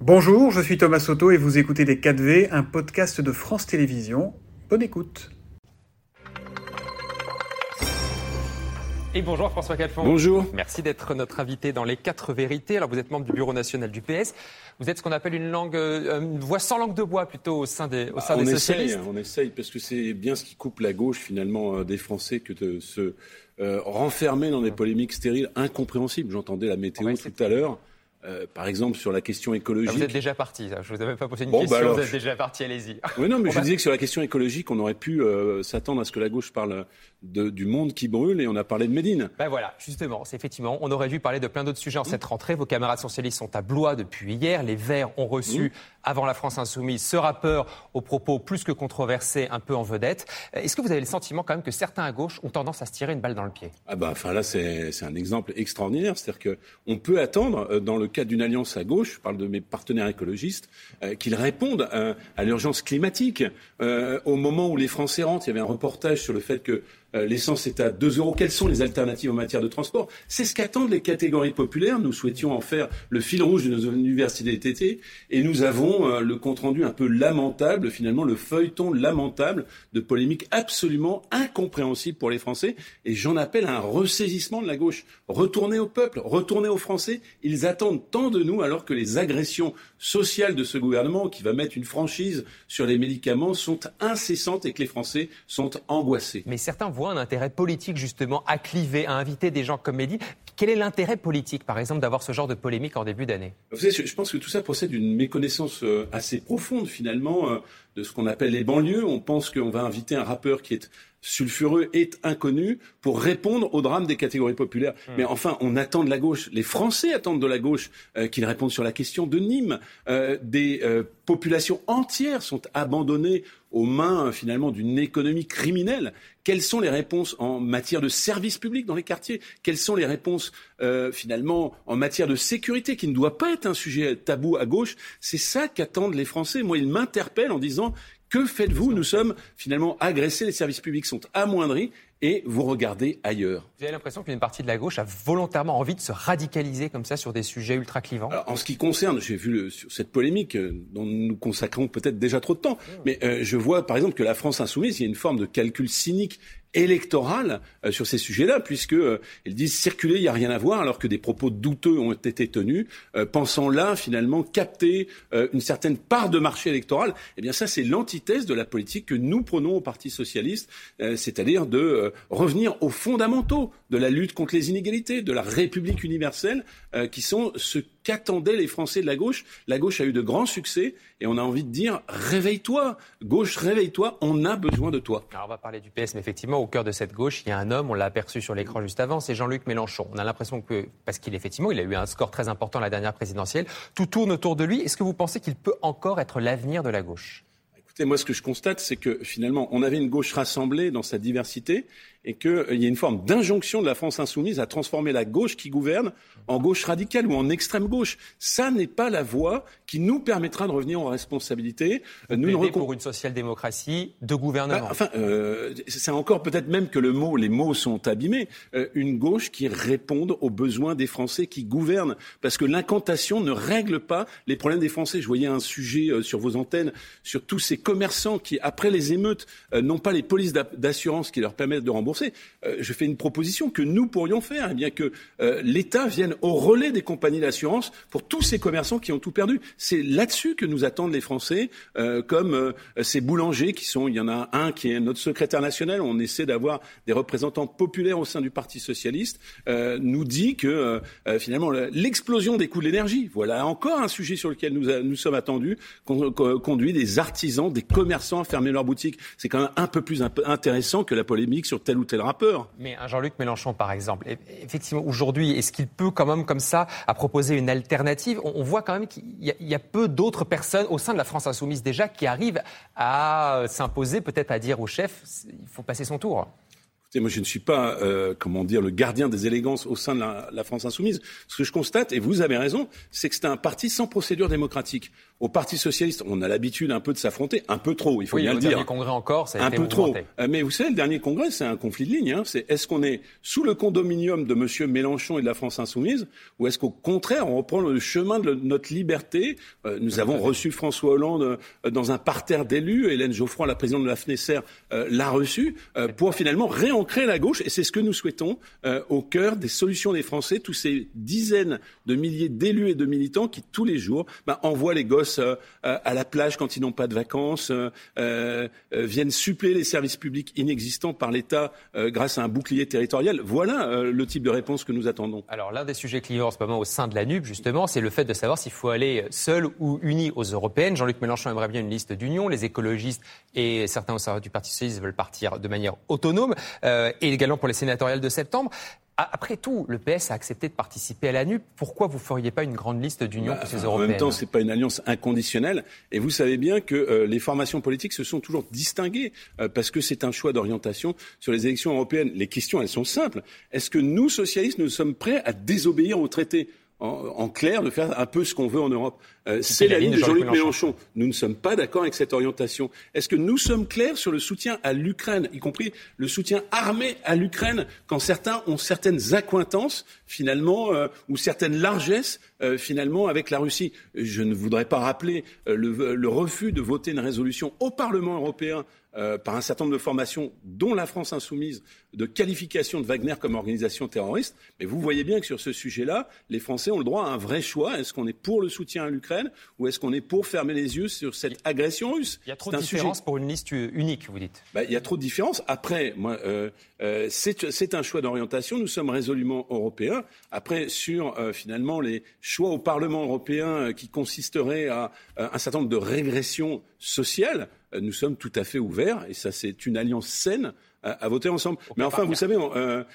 Bonjour, je suis Thomas Soto et vous écoutez Les 4V, un podcast de France Télévisions. Bonne écoute. Et bonjour François Calfon. Bonjour. Merci d'être notre invité dans Les 4 vérités. Alors vous êtes membre du bureau national du PS. Vous êtes ce qu'on appelle une voix sans langue de bois plutôt au sein des socialistes. On essaye parce que c'est bien ce qui coupe la gauche finalement des Français que de se renfermer dans des polémiques stériles incompréhensibles. J'entendais la météo tout à l'heure. Par exemple, sur la question écologique. Vous êtes déjà parti, je ne vous avais pas posé une question, vous êtes déjà parti, allez-y. Oui, non, mais je disais que sur la question écologique, on aurait pu s'attendre à ce que la gauche parle du monde qui brûle et on a parlé de Médine. Ben voilà, justement, effectivement, on aurait dû parler de plein d'autres sujets en cette rentrée. Vos camarades socialistes sont à Blois depuis hier. Les Verts ont reçu, avant la France Insoumise, ce rappeur aux propos plus que controversés, un peu en vedette. Est-ce que vous avez le sentiment quand même que certains à gauche ont tendance à se tirer une balle dans le pied ? Là, c'est un exemple extraordinaire. C'est-à-dire qu'on peut attendre, dans le cadre d'une alliance à gauche, je parle de mes partenaires écologistes, qu'ils répondent à l'urgence climatique. Au moment où les Français rentrent, il y avait un reportage sur le fait que l'essence est à 2 €. Quelles sont les alternatives en matière de transport ? C'est ce qu'attendent les catégories populaires. Nous souhaitions en faire le fil rouge de nos universités et nous avons le compte-rendu un peu lamentable, finalement le feuilleton lamentable de polémiques absolument incompréhensibles pour les Français. Et j'en appelle à un ressaisissement de la gauche. Retournez au peuple, retournez aux Français. Ils attendent tant de nous alors que les agressions sociales de ce gouvernement qui va mettre une franchise sur les médicaments sont incessantes et que les Français sont angoissés. Mais certains voient un intérêt politique justement à cliver, à inviter des gens comme Mehdi. Quel est l'intérêt politique, par exemple, d'avoir ce genre de polémique en début d'année ? Vous savez, je pense que tout ça procède d'une méconnaissance assez profonde, finalement, de ce qu'on appelle les banlieues. On pense qu'on va inviter un rappeur qui est sulfureux et inconnu pour répondre au drame des catégories populaires. Mais enfin, on attend de la gauche, les Français attendent de la gauche qu'ils répondent sur la question de Nîmes. Des populations entières sont abandonnées aux mains, finalement, d'une économie criminelle. Quelles sont les réponses en matière de services publics dans les quartiers ? Quelles sont les réponses, finalement, en matière de sécurité, qui ne doit pas être un sujet tabou à gauche ? C'est ça qu'attendent les Français. Moi, ils m'interpellent en disant « Que faites-vous ? Nous sommes finalement agressés, les services publics sont amoindris et vous regardez ailleurs. » Vous avez l'impression qu'une partie de la gauche a volontairement envie de se radicaliser comme ça sur des sujets ultra clivants ? Alors, en ce qui concerne, j'ai vu sur cette polémique dont nous consacrons peut-être déjà trop de temps, mais je vois par exemple que la France Insoumise, il y a une forme de calcul cynique électorale sur ces sujets-là, puisque ils disent circuler, il n'y a rien à voir, alors que des propos douteux ont été tenus, pensant là finalement capter une certaine part de marché électoral. Eh bien ça, c'est l'antithèse de la politique que nous prenons au Parti socialiste, c'est-à-dire de revenir aux fondamentaux de la lutte contre les inégalités, de la République universelle, qui sont ce qu'attendaient les Français de la gauche. La gauche a eu de grands succès et on a envie de dire réveille-toi, gauche, réveille-toi, on a besoin de toi. Alors on va parler du PS, mais effectivement au cœur de cette gauche, il y a un homme, on l'a aperçu sur l'écran juste avant, c'est Jean-Luc Mélenchon. On a l'impression que, parce qu'il il a eu un score très important à la dernière présidentielle, tout tourne autour de lui. Est-ce que vous pensez qu'il peut encore être l'avenir de la gauche ? Écoutez, moi ce que je constate, c'est que finalement on avait une gauche rassemblée dans sa diversité et qu'il y a une forme d'injonction de la France Insoumise à transformer la gauche qui gouverne en gauche radicale ou en extrême gauche. Ça n'est pas la voie qui nous permettra de revenir aux responsabilités. Nous pour une social-démocratie de gouvernement. C'est encore peut-être même que les mots sont abîmés. Une gauche qui réponde aux besoins des Français qui gouvernent. Parce que l'incantation ne règle pas les problèmes des Français. Je voyais un sujet sur vos antennes sur tous ces commerçants qui, après les émeutes, n'ont pas les polices d'assurance qui leur permettent de rembourser. Je fais une proposition que nous pourrions faire, eh bien que l'État vienne au relais des compagnies d'assurance pour tous ces commerçants qui ont tout perdu. C'est là-dessus que nous attendent les Français, comme ces boulangers qui sont, il y en a un qui est notre secrétaire national, on essaie d'avoir des représentants populaires au sein du Parti socialiste, nous dit que finalement l'explosion des coûts de l'énergie, voilà encore un sujet sur lequel nous sommes attendus, conduit des artisans, des commerçants à fermer leurs boutiques. C'est quand même un peu plus intéressant que la polémique sur tel ou tel rappeur. Mais un Jean-Luc Mélenchon, par exemple, effectivement, aujourd'hui, est-ce qu'il peut quand même, comme ça, à proposer une alternative ? On voit quand même qu'il y a peu d'autres personnes au sein de la France Insoumise déjà qui arrivent à s'imposer, peut-être à dire au chef, il faut passer son tour. Moi, je ne suis pas, le gardien des élégances au sein de la France insoumise. Ce que je constate, et vous avez raison, c'est que c'est un parti sans procédure démocratique. Au Parti socialiste, on a l'habitude un peu de s'affronter, un peu trop, il faut bien le dire. Le dernier congrès encore, ça a été un peu trop. mouvementé. Mais vous savez, le dernier congrès, c'est un conflit de lignes. C'est est-ce qu'on est sous le condominium de Monsieur Mélenchon et de la France insoumise, ou est-ce qu'au contraire, on reprend le chemin de notre liberté. Nous avons reçu François Hollande dans un parterre d'élus. Hélène Geoffroy, la présidente de la FNESER, l'a reçu pour finalement réancrer la gauche. Et c'est ce que nous souhaitons au cœur des solutions des Français, tous ces dizaines de milliers d'élus et de militants qui, tous les jours, envoient les gosses à la plage quand ils n'ont pas de vacances, viennent suppléer les services publics inexistants par l'État grâce à un bouclier territorial. Voilà le type de réponse que nous attendons. Alors l'un des sujets clivants en ce moment au sein de la NUP, justement, c'est le fait de savoir s'il faut aller seul ou uni aux européennes. Jean-Luc Mélenchon aimerait bien une liste d'union. Les écologistes et certains au sein du Parti socialiste veulent partir de manière autonome, et également pour les sénatoriales de septembre. Après tout, le PS a accepté de participer à la NUP. Pourquoi vous ne feriez pas une grande liste d'union pour ces européennes ? En même temps, ce n'est pas une alliance inconditionnelle. Et vous savez bien que les formations politiques se sont toujours distinguées parce que c'est un choix d'orientation sur les élections européennes. Les questions, elles sont simples. Est-ce que nous, socialistes, nous sommes prêts à désobéir au traité ? En clair, de faire un peu ce qu'on veut en Europe. C'est la ligne de Jean-Luc Mélenchon. Nous ne sommes pas d'accord avec cette orientation. Est-ce que nous sommes clairs sur le soutien à l'Ukraine, y compris le soutien armé à l'Ukraine, quand certains ont certaines accointances, finalement, ou certaines largesses, finalement, avec la Russie ? Je ne voudrais pas rappeler le refus de voter une résolution au Parlement européen par un certain nombre de formations, dont la France insoumise, de qualification de Wagner comme organisation terroriste. Mais vous voyez bien que sur ce sujet-là, les Français ont le droit à un vrai choix. Est-ce qu'on est pour le soutien à l'Ukraine ou est-ce qu'on est pour fermer les yeux sur cette agression russe ? Il y a trop de différences pour une liste unique, vous dites. Il y a trop de différences. Après, moi, c'est un choix d'orientation. Nous sommes résolument européens. Après, sur finalement les choix au Parlement européen qui consisteraient à un certain nombre de régressions sociales, nous sommes tout à fait ouverts, et ça c'est une alliance saine, à voter ensemble. Mais enfin, vous savez,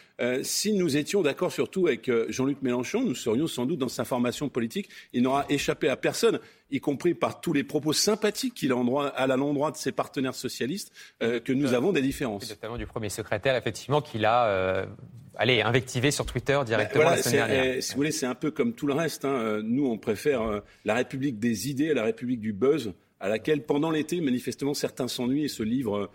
si nous étions d'accord surtout avec Jean-Luc Mélenchon, nous serions sans doute dans sa formation politique. Il n'aura échappé à personne, y compris par tous les propos sympathiques qu'il a à l'endroit de ses partenaires socialistes, que nous avons des différences. Notamment du premier secrétaire, effectivement, qu'il a invectivé sur Twitter directement la semaine dernière. Si vous voulez, c'est un peu comme tout le reste. Nous, on préfère la République des idées à la République du buzz, à laquelle, pendant l'été, manifestement, certains s'ennuient et se livrent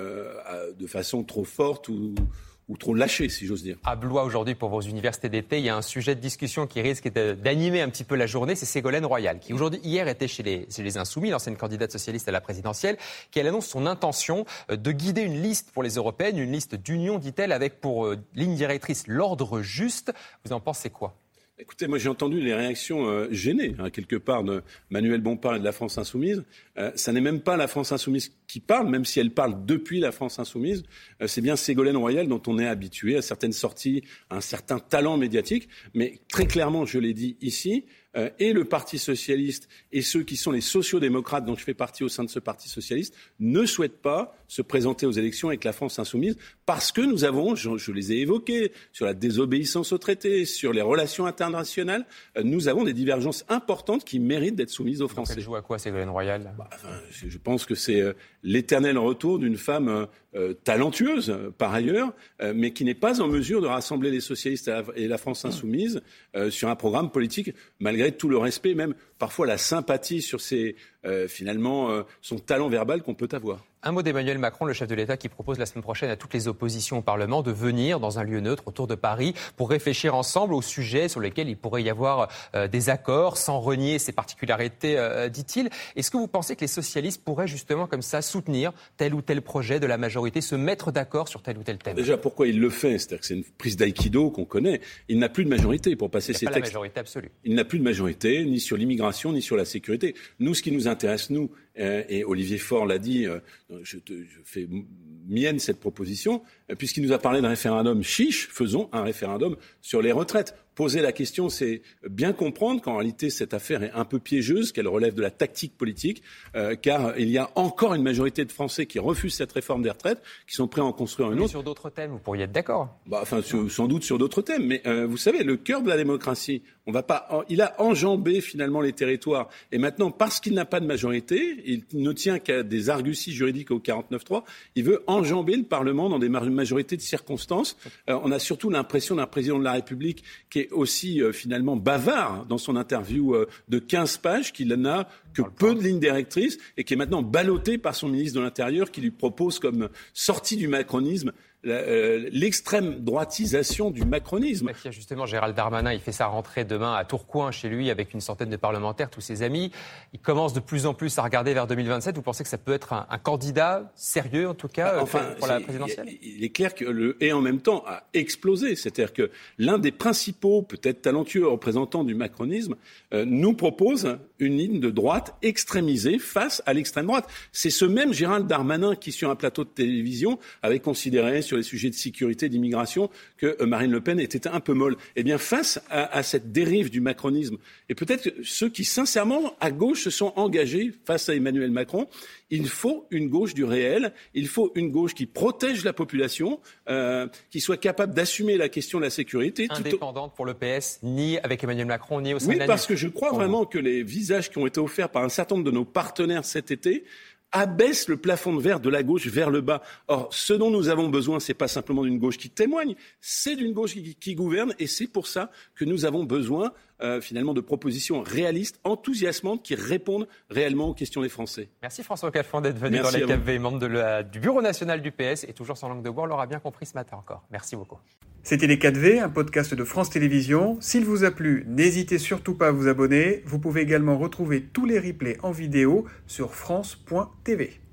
de façon trop forte ou trop lâchée, si j'ose dire. À Blois, aujourd'hui, pour vos universités d'été, il y a un sujet de discussion qui risque d'animer un petit peu la journée, c'est Ségolène Royal, qui hier était chez les Insoumis, l'ancienne candidate socialiste à la présidentielle, qui elle annonce son intention de guider une liste pour les européennes, une liste d'union, dit-elle, avec pour ligne directrice l'ordre juste. Vous en pensez quoi ? Écoutez, moi j'ai entendu les réactions gênées, quelque part, de Manuel Bompard et de la France Insoumise. Ça n'est même pas la France Insoumise qui parle, même si elle parle depuis la France Insoumise. C'est bien Ségolène Royal dont on est habitué à certaines sorties, à un certain talent médiatique. Mais très clairement, je l'ai dit ici, et le Parti socialiste et ceux qui sont les sociodémocrates dont je fais partie au sein de ce Parti socialiste ne souhaitent pas se présenter aux élections avec la France insoumise parce que nous avons, je les ai évoqués, sur la désobéissance au traité, sur les relations internationales, nous avons des divergences importantes qui méritent d'être soumises aux Français. Elle joue à quoi, Ségolène Royal ? Je pense que c'est l'éternel retour d'une femme talentueuse par ailleurs, mais qui n'est pas en mesure de rassembler les socialistes et la France insoumise sur un programme politique, malgré tout le respect, même parfois la sympathie sur son talent verbal qu'on peut avoir. Un mot d'Emmanuel Macron, le chef de l'État, qui propose la semaine prochaine à toutes les oppositions au Parlement de venir dans un lieu neutre autour de Paris pour réfléchir ensemble aux sujets sur lesquels il pourrait y avoir des accords sans renier ses particularités, dit-il. Est-ce que vous pensez que les socialistes pourraient justement comme ça soutenir tel ou tel projet de la majorité, se mettre d'accord sur tel ou tel thème ? Déjà, pourquoi il le fait ? C'est-à-dire que c'est une prise d'aïkido qu'on connaît. Il n'a plus de majorité pour passer ses textes. Il n'a pas la majorité absolue. Il n'a plus de majorité, ni sur l'immigration, ni sur la sécurité. Nous, ce qui nous intéresse, et Olivier Faure l'a dit, je fais mienne cette proposition, puisqu'il nous a parlé de référendum chiche, faisons un référendum sur les retraites. Poser la question, c'est bien comprendre qu'en réalité, cette affaire est un peu piégeuse, qu'elle relève de la tactique politique, car il y a encore une majorité de Français qui refusent cette réforme des retraites, qui sont prêts à en construire une autre. Sur d'autres thèmes, vous pourriez être d'accord. Sans doute sur d'autres thèmes, mais vous savez, le cœur de la démocratie, il a enjambé finalement les territoires. Et maintenant, parce qu'il n'a pas de majorité, il ne tient qu'à des arguties juridiques au 49.3. Il veut enjamber le Parlement dans des majorités de circonstances. On a surtout l'impression d'un président de la République qui est aussi finalement bavard dans son interview de 15 pages, qu'il n'a que peu de lignes directrices et qui est maintenant ballotté par son ministre de l'Intérieur qui lui propose comme sortie du macronisme l'extrême droitisation du macronisme. Il y a justement Gérald Darmanin, il fait sa rentrée demain à Tourcoing chez lui avec une centaine de parlementaires, tous ses amis. Il commence de plus en plus à regarder vers 2027. Vous pensez que ça peut être un candidat sérieux en tout cas pour la présidentielle ? Il est clair que le « et en même temps » a explosé. C'est-à-dire que l'un des principaux, peut-être talentueux représentants du macronisme nous propose une ligne de droite extrémisée face à l'extrême droite. C'est ce même Gérald Darmanin qui, sur un plateau de télévision, avait considéré sur les sujets de sécurité, d'immigration, que Marine Le Pen était un peu molle. Eh bien, face à cette dérive du macronisme, et peut-être que ceux qui, sincèrement, à gauche, se sont engagés face à Emmanuel Macron, il faut une gauche du réel, il faut une gauche qui protège la population, qui soit capable d'assumer la question de la sécurité. Indépendante pour le PS, ni avec Emmanuel Macron, ni au sein de la Oui, parce que je crois vraiment que les visages qui ont été offerts par un certain nombre de nos partenaires cet été abaisse le plafond de verre de la gauche vers le bas. Or, ce dont nous avons besoin, c'est pas simplement d'une gauche qui témoigne, c'est d'une gauche qui gouverne, et c'est pour ça que nous avons besoin, finalement, de propositions réalistes, enthousiasmantes, qui répondent réellement aux questions des Français. Merci François Calfon d'être venu dans les CAPV, membre du Bureau national du PS, et toujours sans langue de bois, on l'aura bien compris ce matin encore. Merci beaucoup. C'était Les 4V, un podcast de France Télévisions. S'il vous a plu, n'hésitez surtout pas à vous abonner. Vous pouvez également retrouver tous les replays en vidéo sur France.tv.